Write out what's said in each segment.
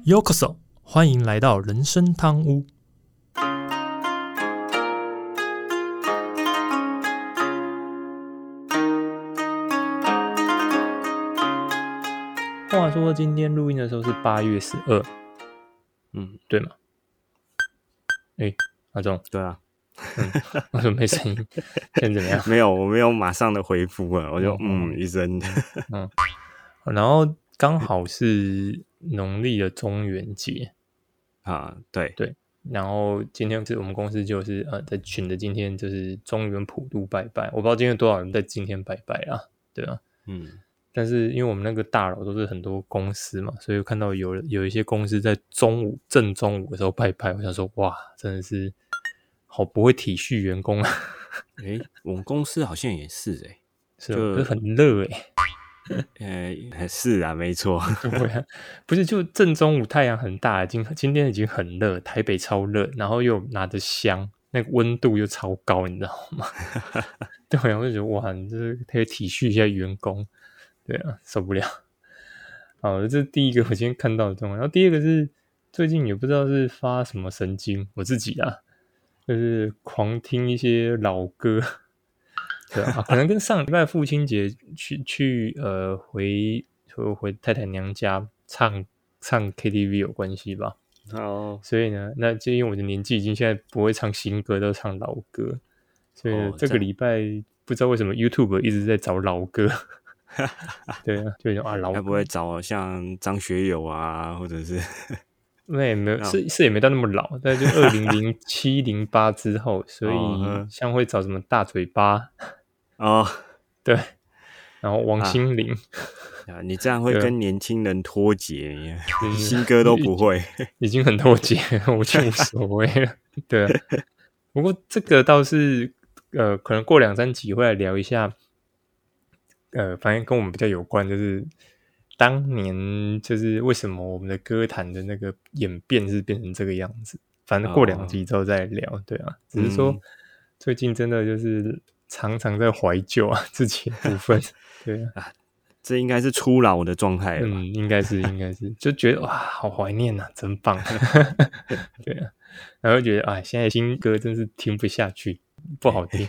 Yokoso，欢迎来到人生汤屋。话说今天录音的时候是8月12，对吗？阿忠， 对啊， 为什么没声音？现在怎么样？ 没有，我没有马上的回复啊，我就一声。 然后刚好是农历的中元节啊，对， 然后今天是我们公司就是在群的今天就是中元普渡拜拜，我不知道今天有多少人在今天拜拜啊，对啊，但是因为我们那个大楼都是很多公司嘛，所以看到有一些公司在正中午的时候拜拜，我想说哇，真的是好不会体恤员工啊。 我们公司好像也是是可是很热是啊，没错。 对啊，不是就正中午太阳很大，今天已经很热，台北超热，然后又拿着香，那个温度又超高，你知道吗？对啊，我就觉得哇，你就是可以体恤一下员工，对啊，受不了。好，这是第一个我今天看到的状况，然后第二个是最近也不知道是发什么神经，我自己啊，就是狂听一些老歌。对啊，可能跟上礼拜父亲节去回太太娘家唱 KTV 有关系吧。所以呢，那就因为我的年纪已经现在不会唱新歌，都唱老歌，所以呢这个礼拜不知道为什么 YouTube 一直在找老歌。对啊，就老歌， 该不会找像张学友啊，或者是没有是也没到那么老，但就2007、08之后，所以像会找什么大嘴巴对，然后王心凌你这样会跟年轻人脱节，新歌都不会， 已经很脱节，我就无所谓了。对啊，不过这个倒是可能过2-3集会来聊一下，反正跟我们比较有关，就是当年就是为什么我们的歌坛的那个演变是变成这个样子。反正过2集之后再聊，对啊，只是说最近真的就是常常在怀旧啊自己的部分，对啊。 这应该是初老的状态了吧？ 应该是，就觉得哇，好怀念啊，真棒。对啊，然后觉得现在新歌真是听不下去，不好听。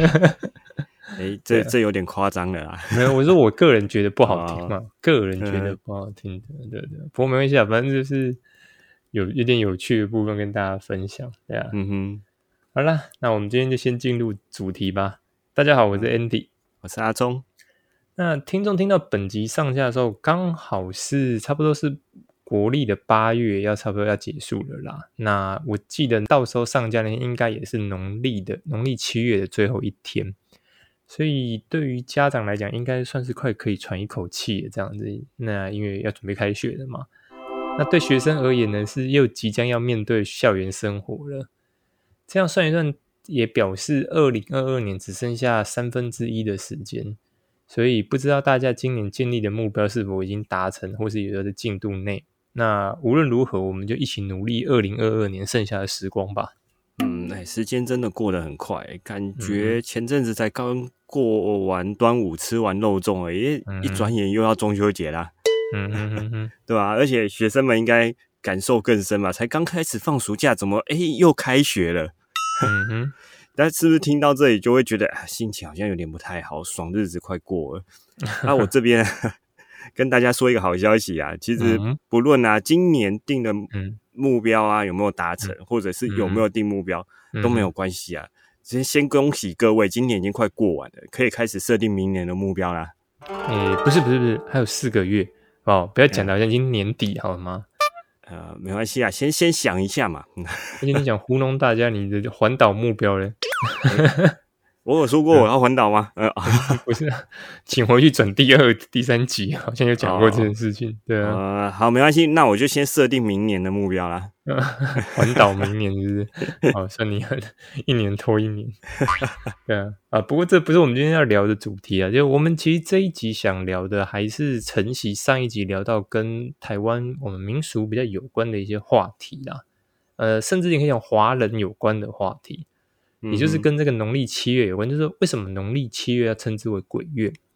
这有点夸张了啦。 没有，我说我个人觉得不好听嘛，个人觉得不好听的，对。不过没关系啊，反正就是有点有趣的部分跟大家分享，对啊。好啦，那我们今天就先进入主题吧。大家好，我是 Andy， 我是阿忠。 那听众听到本集上架的时候，刚好是差不多是国历的8月差不多要结束了啦。那我记得到时候上架呢，应该也是农历7月的最后一天，所以对于家长来讲，应该算是快可以喘一口气了这样子。那因为要准备开学了嘛，那对学生而言呢，是又即将要面对校园生活了。这样算一算，也表示2022年只剩下1/3的时间。所以不知道大家今年建立的目标是否已经达成，或是有在进度内。那无论如何，我们就一起努力2022年剩下的时光吧。 时间真的过得很快，感觉前阵子才刚过完端午，吃完肉粽而已，一转眼又要中秋节啦。对吧？而且学生们应该感受更深吧，才刚开始放暑假，怎么又开学了？但是不是听到这里就会觉得心情好像有点不太好，爽日子快过了。那我这边跟大家说一个好消息啊，其实不论今年定的目标有没有达成，或者是有没有定目标都没有关系啊。先恭喜各位，今年已经快过完了，可以开始设定明年的目标啦。 不是，还有4个月哦，不要讲到好像已经年底好了吗？ 没关系啊，先想一下嘛。 而且你想糊弄大家，你的环岛目标嘞？ 我有说过我要环岛吗？ 不是，请回去转第2、第3集，好像有讲过这件事情。对啊， 好，没关系，那我就先设定明年的目标啦。 环岛明年是不是？好，算你狠，1年拖1年。对啊，不过这不是我们今天要聊的主题啊，就我们其实这一集想聊的还是承袭上一集聊到跟台湾我们民俗比较有关的一些话题啦。甚至你可以讲华人有关的话题。也就是跟这个农历7月有关，就是为什么农历7月要称之为鬼月？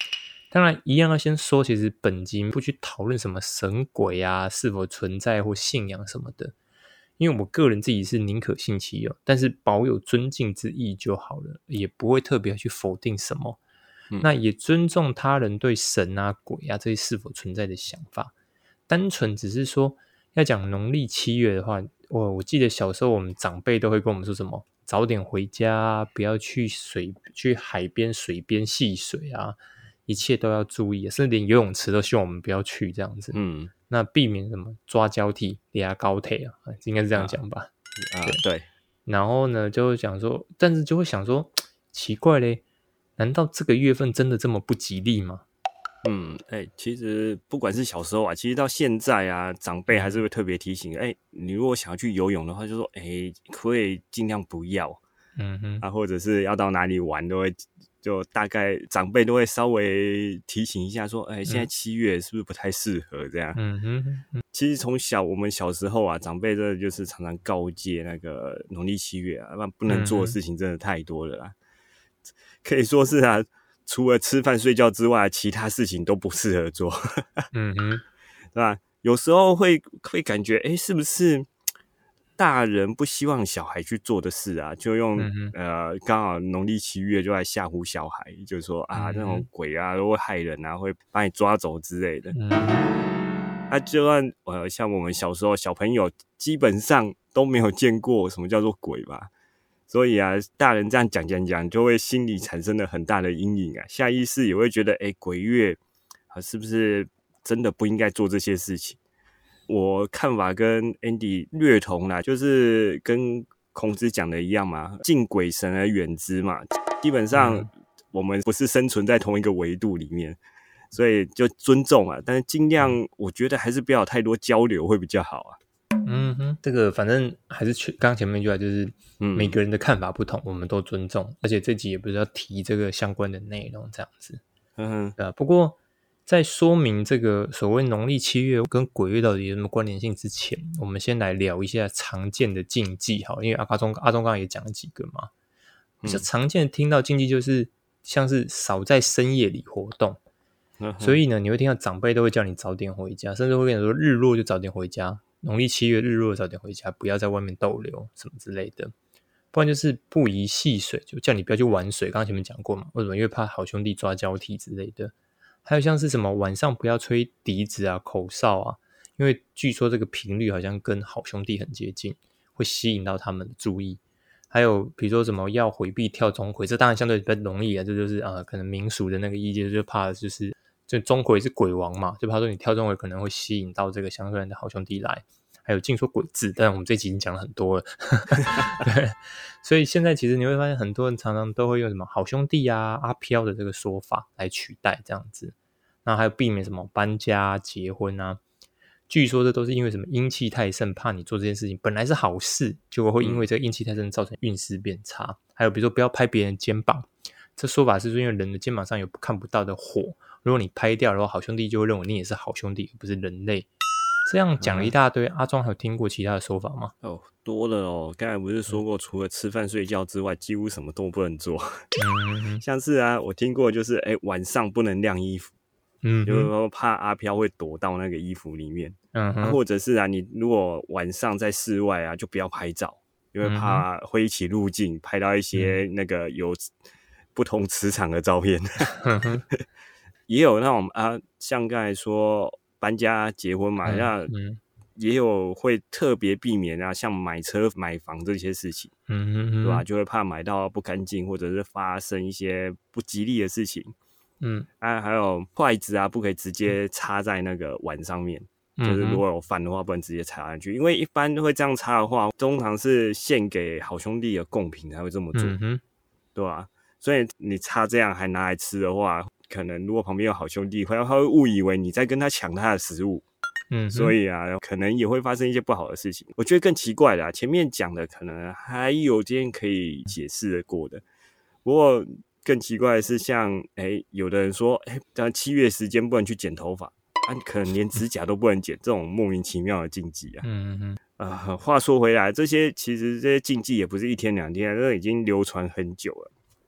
当然一样要先说，其实本集不去讨论什么神鬼啊是否存在或信仰什么的，因为我个人自己是宁可信其有，但是保有尊敬之意就好了，也不会特别去否定什么。那也尊重他人对神啊鬼啊这些是否存在的想法，单纯只是说要讲农历7月的话，我记得小时候我们长辈都会跟我们说什么早点回家，不要去海边水边戏水啊，一切都要注意，甚至连游泳池都希望我们不要去这样子。那避免什么抓交替抓高铁啊，应该是这样讲吧。 对。 然后呢就会讲说，但是就会想说奇怪咧，难道这个月份真的这么不吉利吗？ 其实不管是小时候啊，其实到现在啊，长辈还是会特别提醒，你如果想要去游泳的话，就说，可不可以尽量不要，或者是要到哪里玩，都会就大概长辈都会稍微提醒一下，说，现在7月是不是不太适合这样？其实从我们小时候啊，长辈真的就是常常告诫那个农历7月啊，不能做的事情真的太多了啦，可以说是啊。除了吃饭睡觉之外，其他事情都不适合做。对吧？有时候会感觉，是不是大人不希望小孩去做的事啊？就用刚好农历7月就来吓唬小孩，就是说啊，那种鬼啊都会害人啊，会把你抓走之类的。就算像我们小时候小朋友，基本上都没有见过什么叫做鬼吧。所以啊，大人这样讲，就会心里产生了很大的阴影啊，下意识也会觉得，鬼月是不是真的不应该做这些事情？我看法跟 Andy 略同啦，就是跟孔子讲的一样嘛，敬鬼神而远之嘛。基本上我们不是生存在同一个维度里面，所以就尊重啊，但是尽量我觉得还是不要有太多交流会比较好啊。 这个反正还是刚前面一句话，就是每个人的看法不同，我们都尊重，而且这集也不是要提这个相关的内容这样子。对啊，不过在说明这个所谓农历7月跟鬼月到底有什么关联性之前，我们先来聊一下常见的禁忌好，因为阿忠刚刚也讲了几个嘛。比较常见的听到禁忌就是像是少在深夜里活动，所以呢你会听到长辈都会叫你早点回家，甚至会跟你说日落就早点回家，农历7月日落早点回家，不要在外面逗留什么之类的。不然就是不宜戏水，就叫你不要去玩水，刚刚前面讲过嘛，为什么？因为怕好兄弟抓交替之类的。还有像是什么晚上不要吹笛子啊口哨啊，因为据说这个频率好像跟好兄弟很接近，会吸引到他们的注意。还有比如说什么要回避跳钟馗，这当然相对比较容易啊，这就是可能民俗的那个意见，就怕就是就钟馗是鬼王嘛，就怕说你跳钟馗可能会吸引到这个相对的好兄弟来。还有尽说鬼字，但我们这集已经讲了很多了对，所以现在其实你会发现很多人常常都会用什么好兄弟啊阿飘的这个说法来取代这样子。那还有避免什么搬家结婚啊，据说这都是因为什么阴气太盛，怕你做这件事情本来是好事，结果会因为这个阴气太盛造成运势变差。还有比如说不要拍别人肩膀，这说法是说因为人的肩膀上有看不到的火，如果你拍掉的话，好兄弟就会认为你也是好兄弟而不是人类。这样讲了一大堆，阿庄还有听过其他的说法吗？ 多了哦。刚才不是说过，除了吃饭睡觉之外，几乎什么都不能做。像是啊，我听过就是晚上不能晾衣服，就是说怕阿飘会躲到那个衣服里面。或者是啊，你如果晚上在室外啊，就不要拍照，因为怕会一起入镜，拍到一些那个有不同磁场的照片。也有那种像刚才说搬家结婚嘛，那也有会特别避免啊，像买车买房这些事情，对吧？就会怕买到不干净，或者是发生一些不吉利的事情。还有筷子啊，不可以直接插在那个碗上面，就是如果有饭的话，不能直接插上去，因为一般会这样插的话，通常是献给好兄弟的贡品才会这么做，对吧？所以你插这样还拿来吃的话，可能如果旁边有好兄弟，他会误以为你在跟他抢他的食物。所以啊，可能也会发生一些不好的事情。我觉得更奇怪的前面讲的可能还有今天可以解释得过的，不过更奇怪的是像有的人说但7月时间不能去剪头发可能连指甲都不能剪，这种莫名其妙的禁忌啊。话说回来，其实这些禁忌也不是一天两天，这已经流传很久了。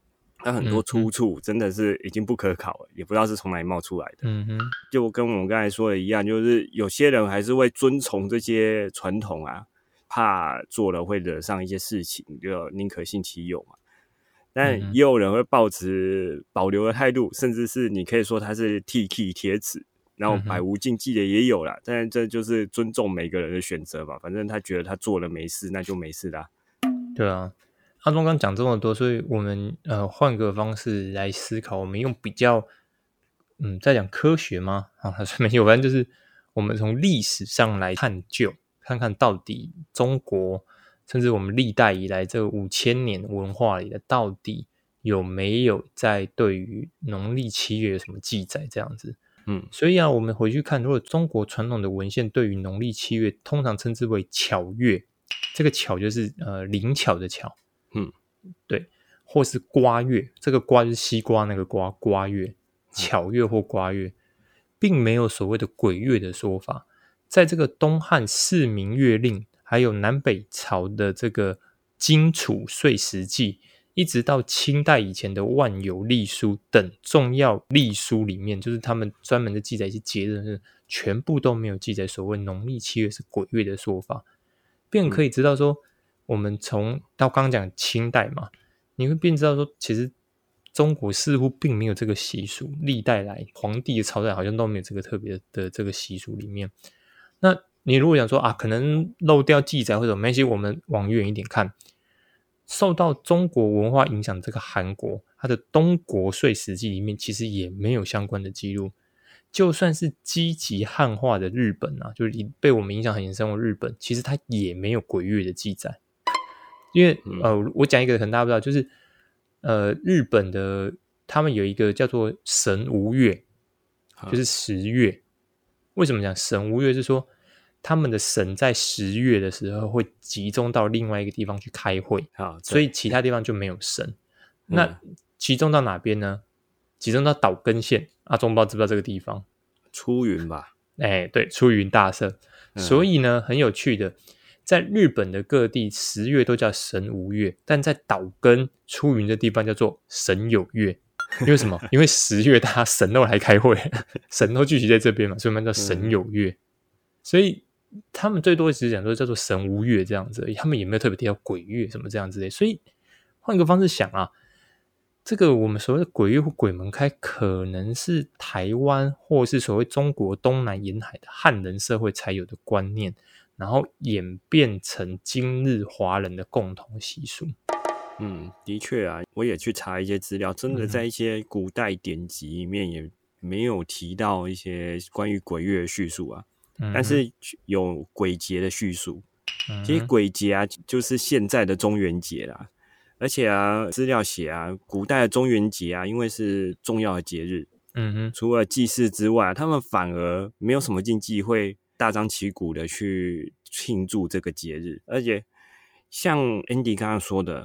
那很多出处真的是已经不可考了，也不知道是从哪里冒出来的。就跟我们刚才说的一样，就是有些人还是会遵从这些传统啊，怕做了会惹上一些事情，就宁可信其有嘛。但也有人会抱持保留的态度，甚至是你可以说他是铁齿，然后百无禁忌的也有啦。但这就是尊重每个人的选择嘛，反正他觉得他做了没事，那就没事啦。 对啊，阿忠刚讲这么多，所以我们换个方式来思考，我们用比较在讲科学吗？没有，反正就是我们从历史上来探究，看看到底中国甚至我们历代以来这5000年文化里的，到底有没有在对于农历7月有什么记载这样子。所以啊，我们回去看，如果中国传统的文献对于农历7月通常称之为巧月，这个巧就是灵巧的巧，对，或是瓜月，这个瓜就是西瓜那个瓜月，巧月或瓜月，并没有所谓的鬼月的说法。在这个东汉释明月令，还有南北朝的这个荆楚岁时记，一直到清代以前的万有历书等重要历书里面，就是他们专门的记载一些节日，全部都没有记载所谓农历7月是鬼月的说法。便可以知道说，我们从到刚刚讲清代嘛，你会便知道说，其实中国似乎并没有这个习俗，历代来皇帝的朝代好像都没有这个特别的这个习俗里面。那你如果想说啊，可能漏掉记载或者没关系，我们往远一点看，受到中国文化影响这个韩国，它的东国岁时记里面其实也没有相关的记录。就算是积极汉化的日本啊，就是被我们影响很严重的日本，其实它也没有鬼月的记载。因为我讲一个可能大家不知道，就是日本的他们有一个叫做神无月，就是10月。为什么讲神无月？是说他们的神在10月的时候会集中到另外一个地方去开会，所以其他地方就没有神。那集中到哪边呢？集中到岛根县，阿忠不知道这个地方？ 出云吧？ 对，出云大社。所以呢，很有趣的，在日本的各地10月都叫神无月，但在岛根出云的地方叫做神有月。因为什么？因为10月大家神都来开会，神都聚集在这边嘛，所以我们叫神有月。所以他们最多只是讲说叫做神无月这样子而已，他们也没有特别提到鬼月什么这样之类。所以换个方式想啊，这个我们所谓的鬼月或鬼门开，可能是台湾或是所谓中国东南沿海的汉人社会才有的观念，然后演变成今日华人的共同习俗。 的确啊，我也去查一些资料，真的在一些古代典籍里面也没有提到一些关于鬼月的叙述啊，但是有鬼节的叙述。其实鬼节啊，就是现在的中元节啦。而且啊，资料写啊，古代的中元节啊，因为是重要的节日，除了祭祀之外，他们反而没有什么禁忌，会大张旗鼓的去庆祝这个节日。而且像 Andy 刚刚说的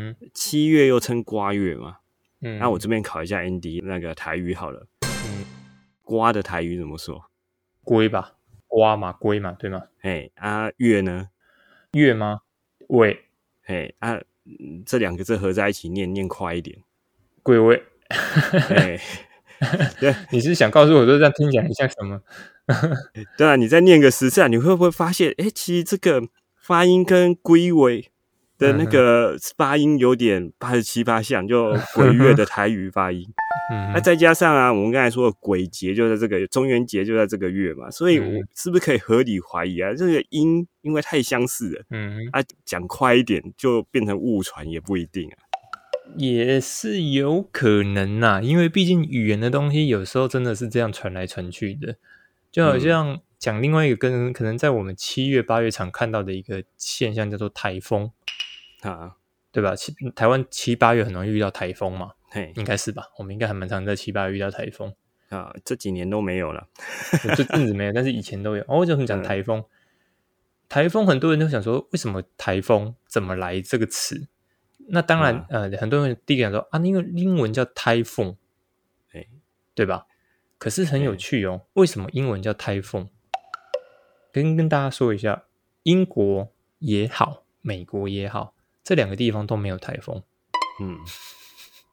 ，7月又称瓜月嘛，那我这边考一下 Andy 那个台语好了，瓜的台语怎么说？ 龟吧，瓜嘛，龟嘛，对吗？ 月呢？ 月吗？尾。 这两个字合在一起念快一点， 鬼尾。你是想告诉我说这样听起来很像什么？ 对啊，你再念个10次啊，你会不会发现，其实这个发音跟龟尾的那个发音有点87、8像，就鬼月的台语发音。那再加上啊，我们刚才说的鬼节就在这个中元节就在这个月嘛，所以我是不是可以合理怀疑啊？这个音因为太相似了，讲快一点就变成误传也不一定啊。 也是有可能啊，因为毕竟语言的东西有时候真的是这样传来传去的，就好像讲另外一个可能在我们7月8月常看到的一个现象叫做台风对吧？台湾7、8月很容易遇到台风嘛，应该是吧？我们应该还蛮常在7、8月遇到台风这几年都没有了， 这阵子没有，但是以前都有。为什么讲台风？台风很多人都想说，为什么台风怎么来这个词？那当然，很多人第一个讲说因为英文叫 typhoon，对吧？可是很有趣哦，为什么英文叫 typhoon？跟大家说一下，英国也好，美国也好，这两个地方都没有台风。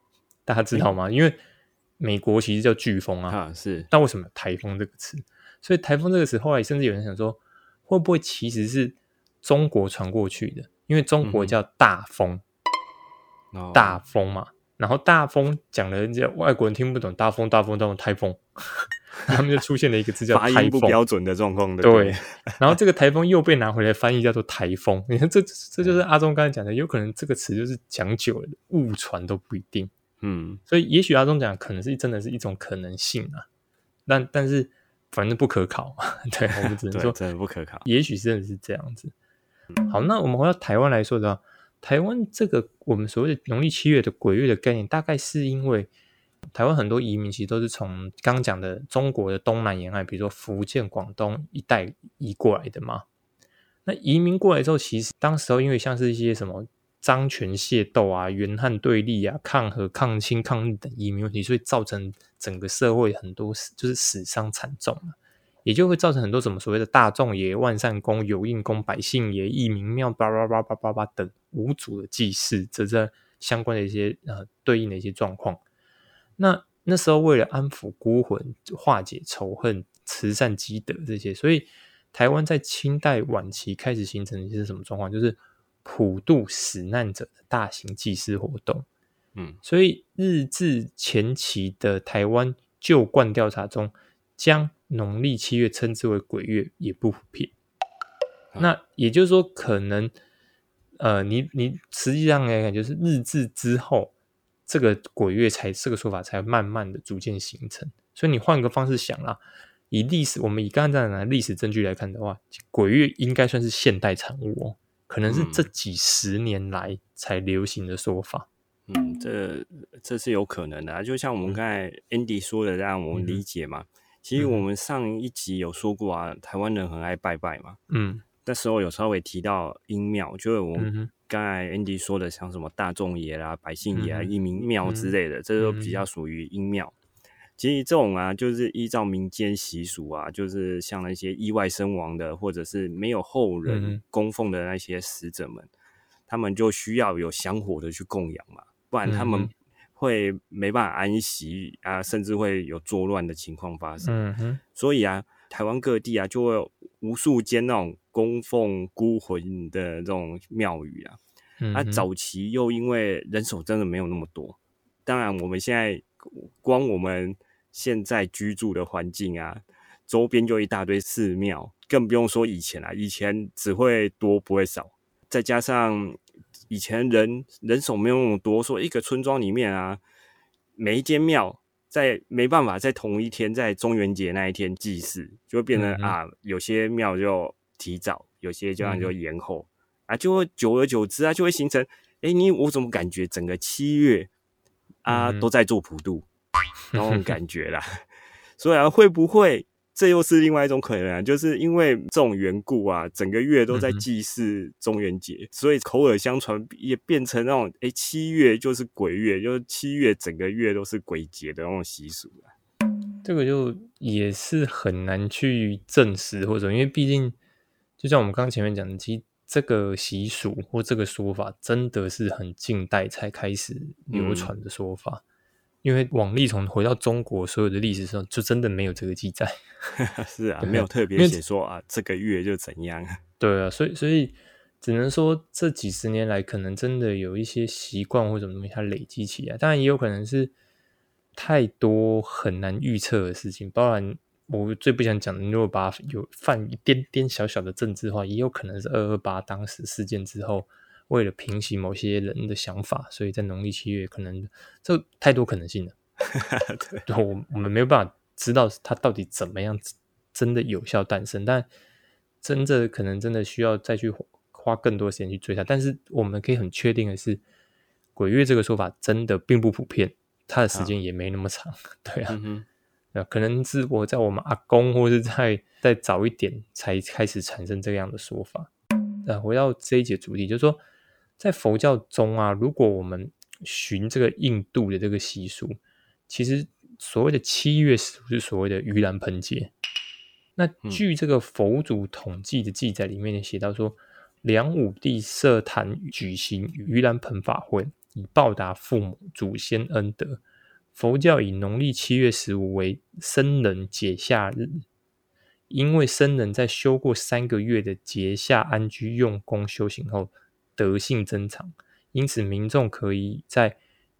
大家知道吗？因为美国其实叫飓风啊， 是。 但为什么有台风这个词？所以台风这个词后来甚至有人想说，会不会其实是中国传过去的？因为中国叫大风，大风嘛。然后大风讲了，外国人听不懂，大风台风，他们就出现了一个字叫台风， 发音不标准的状况。 对，然后这个台风又被拿回来翻译叫做台风。你看这就是阿忠刚才讲的，有可能这个词就是讲久了，误传都不一定。所以也许阿忠讲可能是真的是一种可能性啊，但是反正不可考嘛。对，我们只能说真的不可考， 也许真的是这样子。好，那我们回到台湾来说的话，台湾这个我们所谓的农历7月的鬼月的概念，大概是因为台湾很多移民其实都是从刚讲的中国的东南沿岸，比如说福建、广东一带移过来的嘛。那移民过来之后，其实当时候因为像是一些什么漳泉械斗啊、原汉对立啊、抗荷、抗清、抗日等移民问题，所以造成整个社会很多就是死伤惨重嘛。也就会造成很多什么所谓的大众爷、万善公、有应公、百姓爷、义民庙、叭叭叭叭叭叭等无主的祭祀，这相关的一些对应的一些状况。那时候为了安抚孤魂、化解仇恨、慈善积德这些，所以台湾在清代晚期开始形成的一些什么状况，就是普渡死难者的大型祭祀活动。所以日治前期的台湾旧惯调查中，将农历7月称之为鬼月也不普遍。那也就是说，可能你实际上来看，就是日治之后，这个鬼月这个说法才慢慢的逐渐形成。所以你换个方式想啦，我们以刚才的历史证据来看的话，鬼月应该算是现代产物哦，可能是这几十年来才流行的说法。 这是有可能的啊，就像我们刚才 Andy 说的，让我们理解嘛。其实我们上一集有说过啊，台湾人很爱拜拜嘛。那时候有稍微提到阴庙，就是我们刚才 Andy 说的，像什么大众爷啦、百姓爷啊、义民庙之类的，这都比较属于阴庙。其实这种啊，就是依照民间习俗啊，就是像那些意外身亡的，或者是没有后人供奉的那些死者们，他们就需要有香火的去供养嘛，不然他们会没办法安息啊，甚至会有作乱的情况发生。所以啊，台湾各地啊，就会有无数间那种供奉孤魂的这种庙宇啊。早期又因为人手真的没有那么多，当然我们现在光我们现在居住的环境啊，周边就一大堆寺庙，更不用说以前啦，以前只会多不会少，再加上以前人手没有那么多，说一个村庄里面啊，每一间庙没办法在同一天，在中元节那一天祭祀，就会变成有些庙就提早，有些这样就延后啊，就会久而久之啊，就会形成我怎么感觉整个7月啊都在做普渡那种感觉啦。所以会不会这又是另外一种可能啊，就是因为这种缘故啊，整个月都在祭祀中元节，所以口耳相传也变成那种7月就是鬼月，就是7月整个月都是鬼节的那种习俗啊。 这个就也是很难去证实，或者因为毕竟就像我们刚刚前面讲的，其实这个习俗或这个说法真的是很近代才开始流传的说法。因为往历从回到中国所有的历史上，就真的没有这个记载。 是啊，没有特别写说啊，这个月就怎样。 对啊，所以只能说这几十年来，可能真的有一些习惯或什么东西它累积起来，当然也有可能是太多很难预测的事情。当然，我最不想讲的，如果把它有犯一点点小小的政治化，也有可能是228当时事件之后，为了平息某些人的想法，所以在农历7月可能这太多可能性了。对，我们没有办法知道它到底怎么样真的有效诞生，但真的可能真的需要再去花更多时间去追它。但是我们可以很确定的是，鬼月这个说法真的并不普遍，它的时间也没那么长。对啊，可能是我在我们阿公或是再早一点才开始产生这样的说法。回到这一节主题，就是说在佛教中啊，如果我们循这个印度的这个习俗，其实所谓的7月是所谓的盂兰盆节。那据这个佛祖统计的记载里面写到说，梁武帝设坛举行盂兰盆法会， 以报答父母祖先恩德。佛教以农历7月15为僧人解夏日，因为僧人在修过3个月的节下安居用功修行后，德性增长，因此民众可以在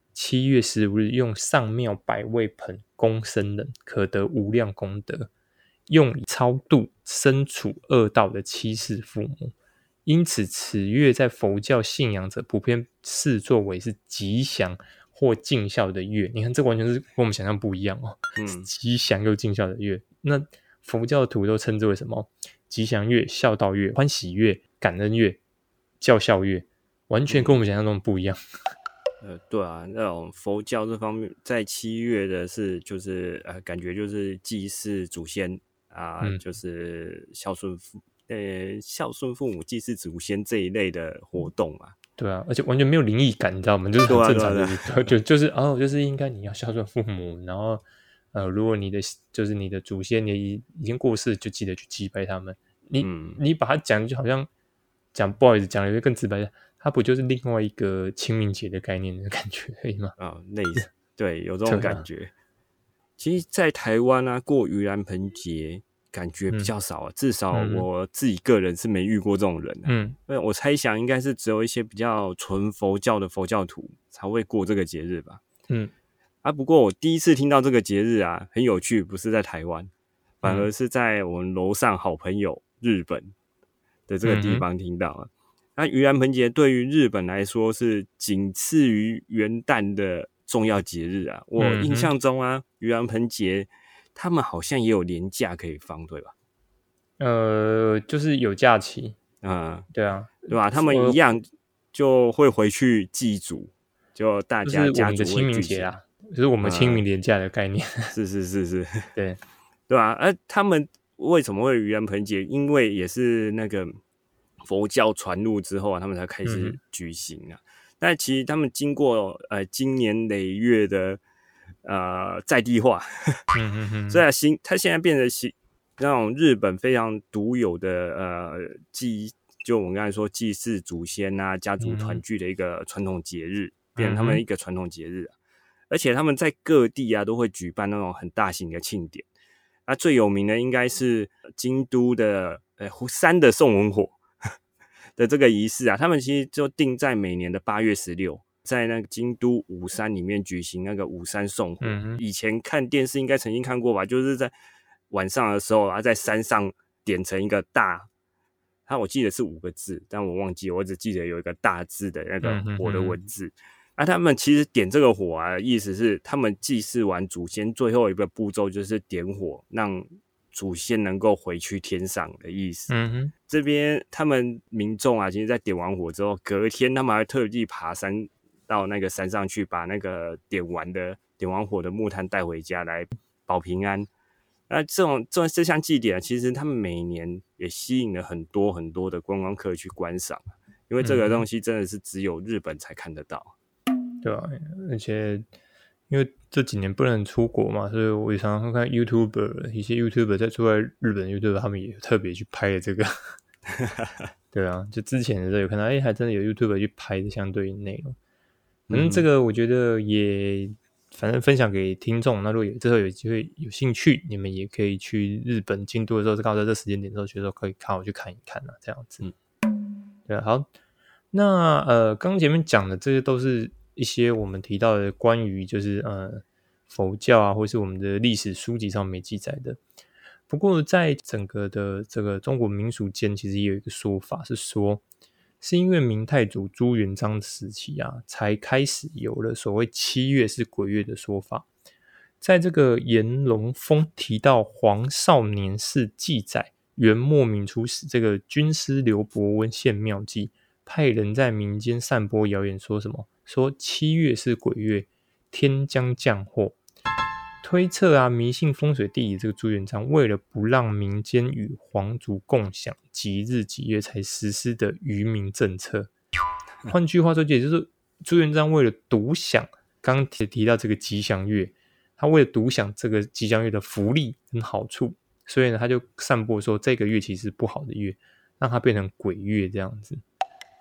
7月15日用上庙百味盆供僧人，可得无量功德，用以超度身处恶道的妻室父母。因此此月在佛教信仰者普遍视作为是吉祥或尽孝的月。你看这完全是跟我们想象不一样哦，吉祥又尽孝的月。那佛教徒都称之为什么？吉祥月、孝道月、欢喜月、感恩月、教孝月，完全跟我们想象中不一样。 对啊，那种佛教这方面在7月的是就是感觉就是祭祀祖先啊，就是孝顺父母、祭祀祖先这一类的活动嘛。 对啊，而且完全没有灵异感，你知道吗？就是很正常的，就是应该你要孝顺父母，然后如果你的祖先已经过世，就记得去祭拜他们。你把它讲就好像讲不好意思，讲的更直白，它不就是另外一个清明节的概念的感觉而已吗？ 类似，对，有这种感觉。其实，在台湾啊，过盂兰盆节感觉比较少至少我自己个人是没遇过这种人我猜想应该是只有一些比较纯佛教的佛教徒才会过这个节日吧。不过我第一次听到这个节日啊，很有趣，不是在台湾，反而是在我们楼上好朋友日本的这个地方听到那盂兰盆节对于日本来说是仅次于元旦的重要节日啊。我印象中啊，盂兰盆节他们好像也有连假可以放，对吧？ 就是有假期，对啊， 对吧？他们一样就会回去祭祖，就大家家族会聚集，就是我们的清明节啊，就是我们清明连假的概念。 是， 对吧？他们为什么会盂兰盆节？因为也是那个佛教传入之后他们才开始举行但其实他们经过经年累月的在地化，所以它现在变成那种日本非常独有的就我们刚才说祭祀祖先家族团聚的一个传统节日，变成他们一个传统节日而且他们在各地都会举办那种很大型的庆典最有名的应该是京都的山的送文火的这个仪式他们其实就定在每年的8月16，在那个京都五山里面举行那个五山送火。以前看电视应该曾经看过吧，就是在晚上的时候在山上点成一个大，我记得是5个字，但我忘记，我只记得有一个大字的那个火的文字。他们其实点这个火意思是他们祭祀完祖先最后一个步骤就是点火，让祖先能够回去天上的意思。这边他们民众其实在点完火之后，隔天他们还特地爬山到那个山上去，把那个点完火的木炭带回家来保平安。这项祭典其实他们每年也吸引了很多很多的观光客去观赏，因为这个东西真的是只有日本才看得到。 对啊，而且因为这几年不能出国嘛，所以我也常常看 YouTuber， 一些 YouTuber 在住在日本 YouTuber 他们也特别去拍了这个对啊，就之前的时候有看到还真的有 YouTuber 去拍的相对应内容。反正这个我觉得也反正分享给听众，那如果之后有机会有兴趣，你们也可以去日本京都的时候，刚好在这时间点的时候觉得可以好去看一看这样子。对啊，好，那刚前面讲的这些都是一些我们提到的关于就是佛教或是我们的历史书籍上面记载的。不过在整个的这个中国民俗间，其实也有一个说法是说，是因为明太祖朱元璋时期才开始有了所谓7月是鬼月的说法。在这个炎龙峰提到黄少年氏记载元末明初时，这个军师刘伯温献妙计，派人在民间散播谣言，说什么？说7月是鬼月，天将降祸。推测迷信风水地理这个朱元璋，为了不让民间与皇族共享吉日吉月，才实施的愚民政策。换句话说，也就是朱元璋为了独享刚提到这个吉祥月，他为了独享这个吉祥月的福利跟好处，所以呢，他就散播说这个月其实是不好的月，让它变成鬼月这样子。对啊，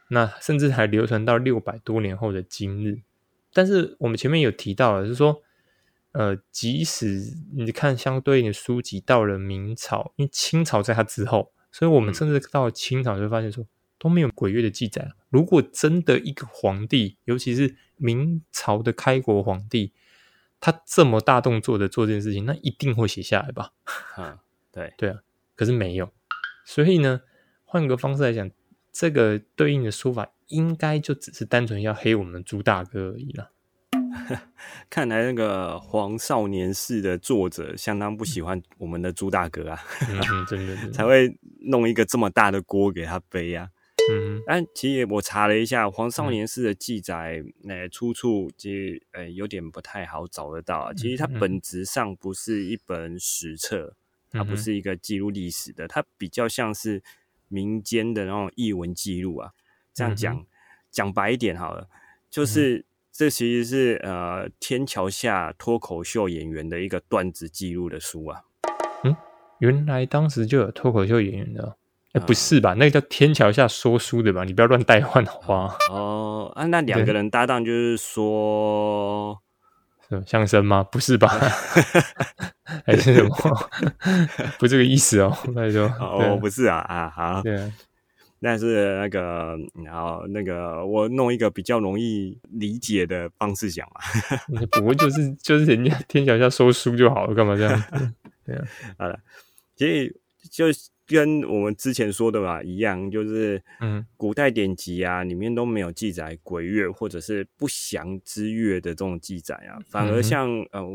那甚至还流传到600多年后的今日。但是我们前面有提到了，就是说即使你看相对应的书籍到了明朝，因为清朝在它之后，所以我们甚至到了清朝就会发现说都没有鬼月的记载。如果真的一个皇帝，尤其是明朝的开国皇帝，他这么大动作的做这件事情，那一定会写下来吧？ 对啊，可是没有。所以呢，换个方式来讲，这个对应的说法应该就只是单纯要黑我们朱大哥而已啦。 看来那个黄少年式的作者相当不喜欢我们的朱大哥啊， 真的才会弄一个这么大的锅给他背啊。但其实我查了一下，黄少年式的记载，出处其实有点不太好找得到啊。其实它本质上不是一本史册，它不是一个记录历史的，它比较像是民间的那种艺文记录啊。这样讲白一点好了，就是这其实是天桥下脱口秀演员的一个段子记录的书啊。 原来当时就有脱口秀演员的。不是吧？那个叫天桥下说书的吧？你不要乱代换好吗？ 那两个人搭档就是说相声吗？不是吧？还是什么？不这个意思哦。那就不是啊好， 对啊。 但是那个，然后那个，我弄一个比较容易理解的方式讲嘛。 不过就是人家天桥下说书就好了，干嘛这样？对啊， 好了，其实就跟我们之前说的嘛一样，就是古代典籍啊里面都没有记载鬼月或者是不祥之月的这种记载啊，反而像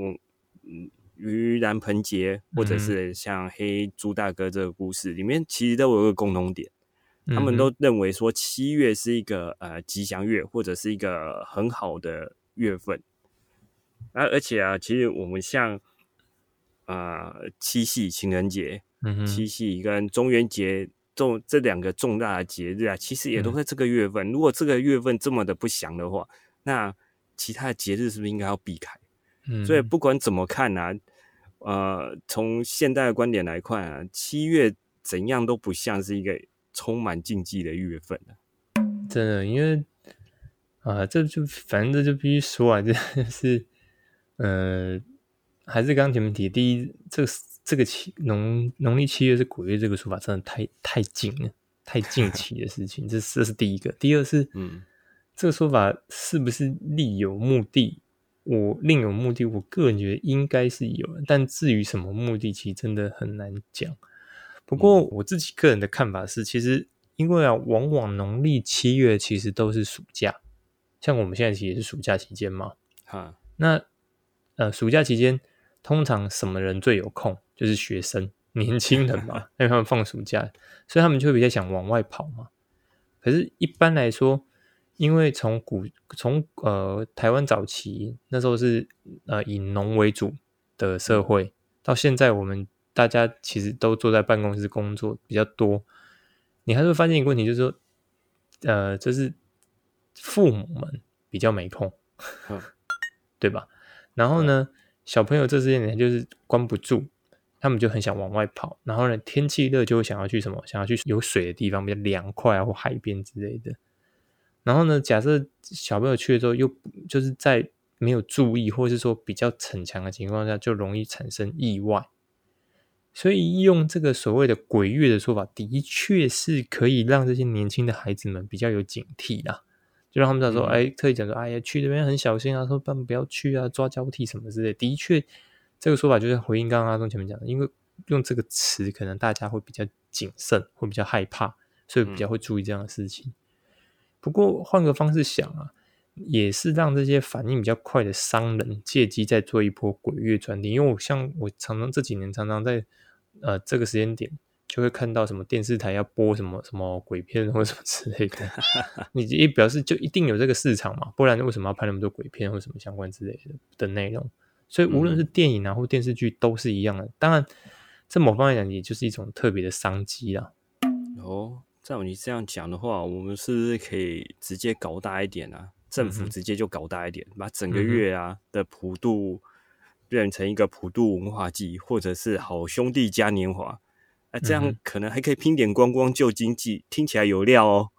盂兰盆节或者是像黑朱大哥这个故事里面，其实都有一个共同点。他们都认为说7月是一个吉祥月，或者是一个很好的月份。而且啊，其实我们像七夕情人节、七夕跟中元节这两个重大的节日啊，其实也都在这个月份。如果这个月份这么的不祥的话，那其他的节日是不是应该要避开？所以不管怎么看啊，从现代的观点来看啊，7月怎样都不像是一个充满禁忌的月份啊。 真的，因为这就反正这就必须说啊，这是还是刚刚前面提的，第一，这个农历7月是鬼月这个说法，真的太近了，太近期的事情，这是第一个。第二是，这个说法是不是另有目的？我个人觉得应该是有的，但至于什么目的，其实真的很难讲。不过我自己个人的看法是，其实因为往往农历7月其实都是暑假，像我们现在其实也是暑假期间嘛。那暑假期间通常什么人最有空？就是学生、年轻人嘛，因为他们放暑假，所以他们就会比较想往外跑嘛。可是一般来说，因为从台湾早期那时候是以农为主的社会，到现在我们大家其实都坐在办公室工作比较多，你还是会发现一个问题，就是说就是父母们比较没空，对吧？然后呢，小朋友这些年就是关不住，他们就很想往外跑。然后呢，天气热就会想要去什么？想要去有水的地方，比较凉快啊，或海边之类的。然后呢，假设小朋友去了之后，又就是在没有注意，或是说比较逞强的情况下，就容易产生意外。所以用这个所谓的鬼月的说法，的确是可以让这些年轻的孩子们比较有警惕啦。就让他们讲说，特意讲说，哎呀，去那边很小心啊，说不要去啊，抓交替什么之类的。的确，这个说法就是回应刚刚阿东前面讲的，因为用这个词，可能大家会比较谨慎，会比较害怕，所以比较会注意这样的事情。不过换个方式想啊，也是让这些反应比较快的商人借机再做一波鬼月专题。因为我常常这几年常常在这个时间点，就会看到什么电视台要播什么什么鬼片或什么之类的，你也表示就一定有这个市场嘛，不然为什么要拍那么多鬼片或什么相关之类的内容？所以无论是电影啊或电视剧都是一样的。当然，在某方面讲，也就是一种特别的商机啦。 照你这样讲的话，我们是不是可以直接搞大一点啊？政府直接就搞大一点，把整个月的普渡变成一个普渡文化季，或者是好兄弟嘉年华，这样可能还可以拼点观光救经济，听起来有料哦。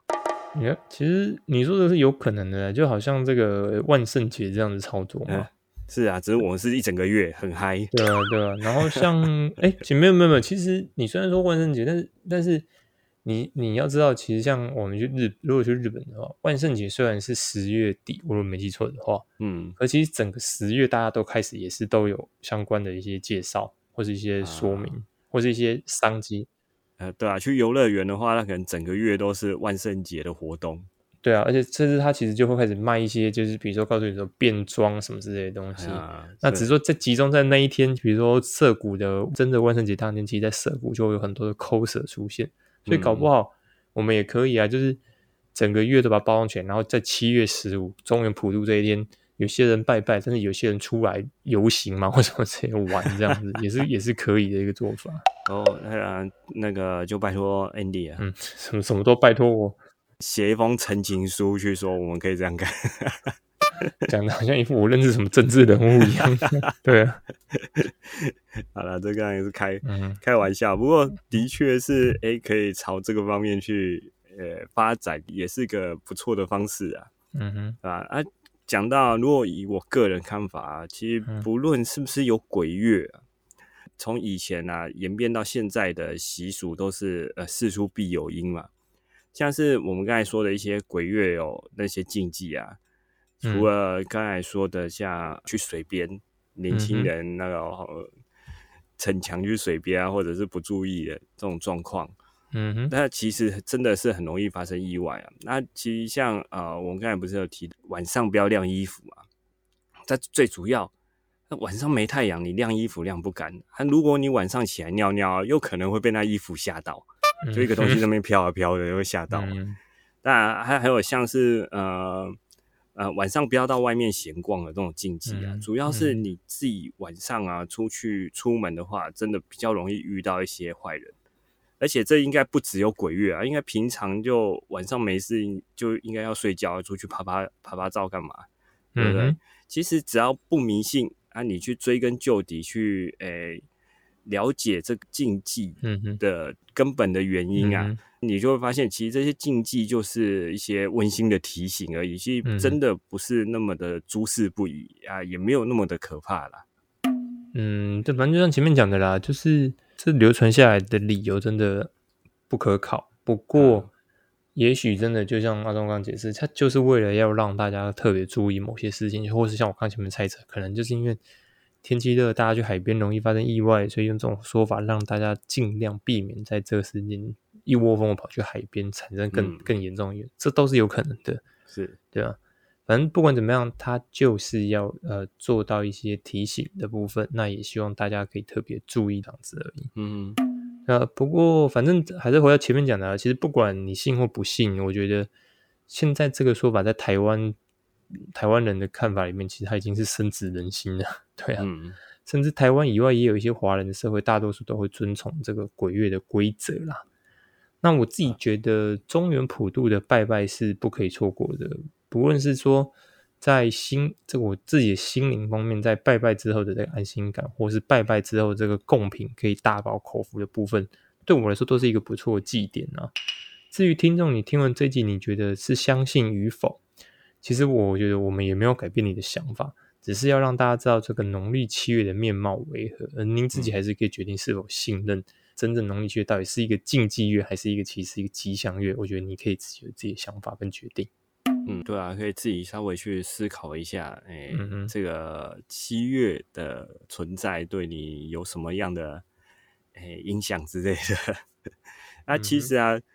其实你说的是有可能的，就好像这个万圣节这样的操作嘛。 是啊，只是我们是一整个月很嗨。 对啊。然后像没有，其实你虽然说万圣节，但是你要知道，其实像我们如果去日本的话，万圣节虽然是10月底，我如果没记错的话，可其实整个10月大家都开始也是都有相关的一些介绍，或是一些说明，或是一些商机。 对啊，去游乐园的话，那可能整个月都是万圣节的活动。 对啊，而且甚至他其实就会开始卖一些，就是比如说告诉你说变装什么之类的东西。那只是说在集中在那一天，比如说涩谷的真的万圣节当天，其实在涩谷就会有很多的 coser 出现，所以搞不好我们也可以啊，就是整个月都把它包装起来，然后在7月15中原普渡这一天，有些人拜拜，但是有些人出来游行嘛，或什么这些玩这样子，也是可以的一个做法。 那个就拜托 Andy 啊， 什么都拜托我。 写一封陈情书去说我们可以这样干， 讲的好像一副我认识什么政治人物一样。对啊， 好了，这个也是开玩笑，不过的确是可以朝这个方面去发展，也是个不错的方式啊。讲到如果以我个人看法其实不论是不是有鬼月从以前演变到现在的习俗都是事出必有因嘛。像是我们刚才说的一些鬼月有那些禁忌除了刚才说的像去水边年轻人那个逞强去水边或者是不注意的这种状况，那其实真的是很容易发生意外那其实像我们刚才不是有提晚上不要晾衣服嘛，这最主要晚上没太阳你晾衣服晾不干如果你晚上起来尿尿有可能会被那衣服吓到，就一个东西在那边飘啊飘的会吓到当然还有像是晚上不要到外面闲逛的这种禁忌主要是你自己晚上出门的话真的比较容易遇到一些坏人，而且这应该不只有鬼月应该平常就晚上没事就应该要睡觉出去拍拍照干嘛对不对其实只要不迷信你去追根究底去了解这个禁忌的根本的原因你就会发现其实这些禁忌就是一些温馨的提醒而已，其实真的不是那么的诸事不宜也没有那么的可怕啦。 对，反正就像前面讲的啦，就是这流传下来的理由真的不可考，不过也许真的就像阿忠刚解释，他就是为了要让大家特别注意某些事情，或是像我刚前面猜测，可能就是因为天气热，大家去海边容易发生意外，所以用这种说法让大家尽量避免在这个时间一窝蜂的跑去海边，产生更严重的这都是有可能的， 是对吧？反正不管怎么样，他就是要做到一些提醒的部分，那也希望大家可以特别注意这样子而已。不过反正还是回到前面讲的其实不管你信或不信，我觉得现在这个说法在台湾人的看法里面，其实它已经是深植人心了，对啊。甚至台湾以外也有一些华人的社会，大多数都会遵从这个鬼月的规则啦。那我自己觉得中原普渡的拜拜是不可以错过的，不论是说在这个我自己的心灵方面，在拜拜之后的这个安心感，或是拜拜之后这个贡品可以大饱口福的部分，对我来说都是一个不错的祭典至于听众你听完这一集你觉得是相信与否，其实我觉得我们也没有改变你的想法，只是要让大家知道这个农历7月的面貌为何，而您自己还是可以决定是否信任真正农历7月到底是一个禁忌月还是其实一个吉祥月，我觉得你可以自己有自己的想法跟决定。 对啊，可以自己稍微去思考一下这个7月的存在对你有什么样的影响之类的其实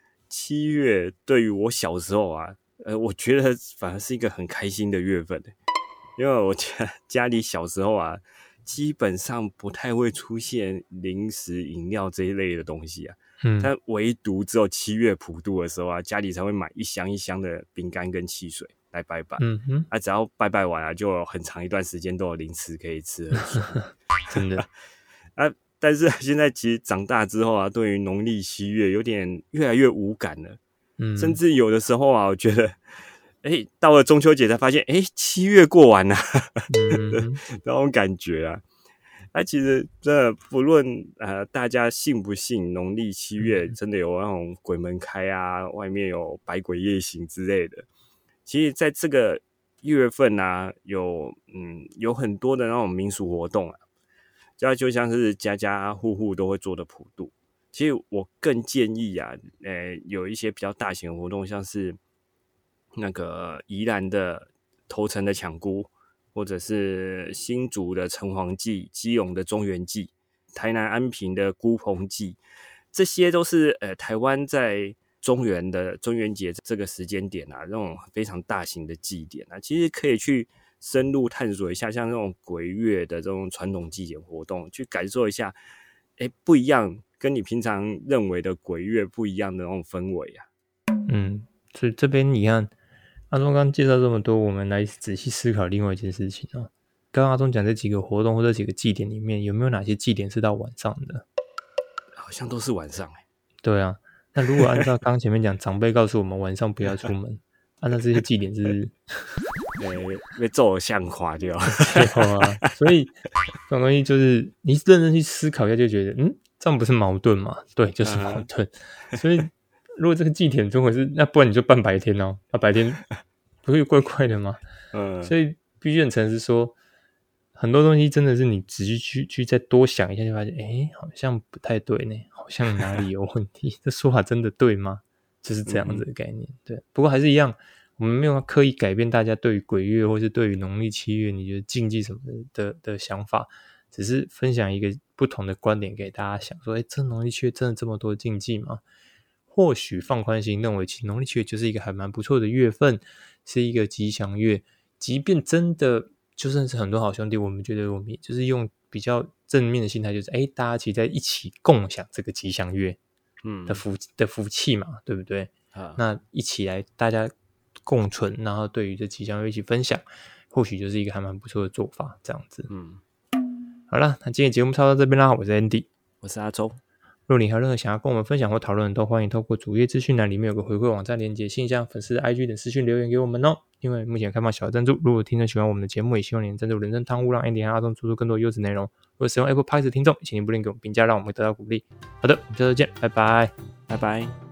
7月对于我小时候我觉得反而是一个很开心的月份因为我家里小时候基本上不太会出现零食饮料这一类的东西但唯独只有7月普渡的时候家里才会买一箱一箱的饼干跟汽水来拜拜只要拜拜完就有很长一段时间都有零食可以吃真的但是现在其实长大之后对于农历7月有点越来越无感了甚至有的时候我觉得到了中秋节才发现7月过完了那种感觉其实真的不论大家信不信，农历7月真的有那种鬼门开啊，外面有百鬼夜行之类的。其实在这个月份啊，有很多的那种民俗活动啊，就像是家家户户都会做的普渡。其实我更建议啊，有一些比较大型的活动，像是那个宜兰的头城的抢孤，或者是新竹的城隍祭、基隆的中元祭、台南安平的孤棚祭，这些都是台湾在中元节这个时间点啊，那种非常大型的祭典啊，其实可以去深入探索一下，像这种鬼月的这种传统祭典活动，去感受一下，不一样，跟你平常认为的鬼月不一样的那种氛围啊。 所以这边你看，阿忠刚介绍这么多，我们来仔细思考另外一件事情哦。刚刚阿忠讲这几个活动或者几个祭典里面，有没有哪些祭典是到晚上的？ 好像都是晚上对啊，那如果按照刚前面讲，长辈告诉我们晚上不要出门，按照这些祭典是被揍相垮掉所以这种东西就是你认真去思考一下，就觉得这样不是矛盾吗？对，就是矛盾。所以如果这个祭典中会是，那不然你就办白天哦，白天不会怪怪的吗？所以必须很诚实说，很多东西真的是你仔细去再多想一下，就发现好像不太对呢，好像哪里有问题。这说法真的对吗？就是这样子的概念。对，不过还是一样，我们没有刻意改变大家对于鬼月或是对于农历7月你觉得禁忌什么的想法，只是分享一个不同的观点给大家想说，这农历7月真的这么多禁忌吗？或许放宽心认为其实农历7月就是一个还蛮不错的月份，是一个吉祥月，即便真的就算是很多好兄弟，我们觉得我们也就是用比较正面的心态，就是大家其实在一起共享这个吉祥月的福气嘛，对不对？那一起来大家共存，然后对于这吉祥月一起分享，或许就是一个还蛮不错的做法，这样子。好啦，那今天节目差不多到这边啦，我是 Andy， 我是阿周。 若你还有任何想要跟我们分享或讨论的，都欢迎透过主页资讯栏里面有个回馈网站连结、信箱、粉丝的 IG 等私讯留言给我们哦。因为目前开放小赞助，如果听众喜欢我们的节目，也希望你能赞助人生汤屋，让 Andy 和阿忠做出更多优质内容。如果使用 Apple Podcast 的听众，请您不吝给我们评价，让我们得到鼓励。好的，我们下周见，拜拜， 拜拜。